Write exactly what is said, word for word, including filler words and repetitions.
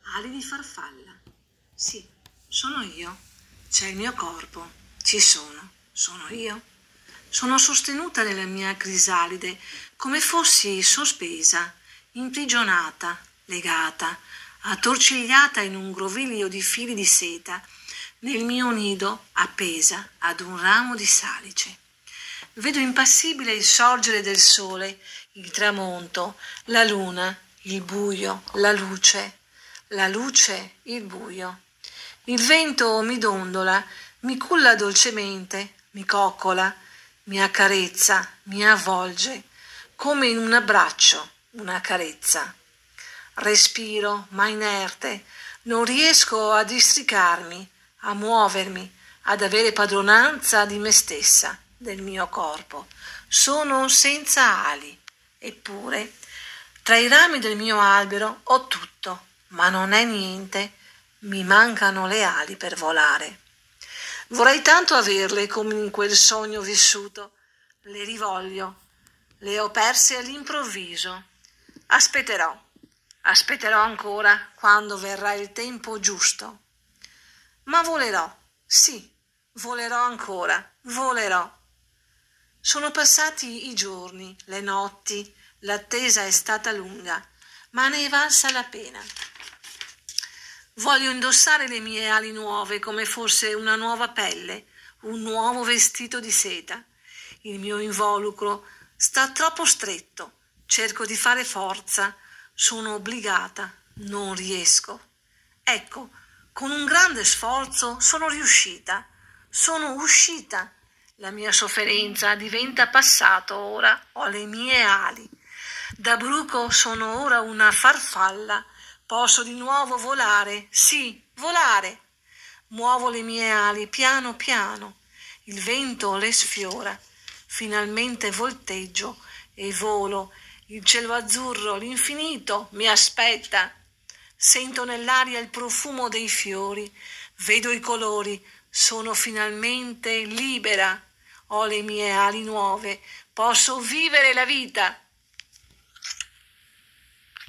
ali di farfalla. Sì, sono io. C'è il mio corpo. Ci sono. Sono io. Sono sostenuta nella mia crisalide come fossi sospesa, imprigionata, legata, attorcigliata in un groviglio di fili di seta, nel mio nido appesa ad un ramo di salice. Vedo impassibile il sorgere del sole, il tramonto, la luna, il buio, la luce, la luce, il buio. Il vento mi dondola, mi culla dolcemente, mi coccola, mi accarezza, mi avvolge, come in un abbraccio, una carezza. Respiro, ma inerte, non riesco a districarmi, a muovermi, ad avere padronanza di me stessa, del mio corpo. Sono senza ali, eppure tra i rami del mio albero ho tutto, ma non è niente, mi mancano le ali per volare. Vorrei tanto averle come in quel sogno vissuto, le rivoglio, le ho perse all'improvviso. Aspetterò, aspetterò ancora quando verrà il tempo giusto. Ma volerò, sì, volerò ancora, volerò. Sono passati i giorni, le notti, l'attesa è stata lunga, ma ne è valsa la pena. Voglio indossare le mie ali nuove come fosse una nuova pelle, un nuovo vestito di seta. Il mio involucro sta troppo stretto, cerco di fare forza, sono obbligata, non riesco. Ecco, con un grande sforzo sono riuscita, sono uscita. La mia sofferenza diventa passato, ora ho le mie ali. Da bruco sono ora una farfalla, posso di nuovo volare, sì, volare. Muovo le mie ali piano piano, il vento le sfiora, finalmente volteggio e volo, il cielo azzurro, l'infinito mi aspetta. Sento nell'aria il profumo dei fiori, vedo i colori, sono finalmente libera. Ho le mie ali nuove, posso vivere la vita.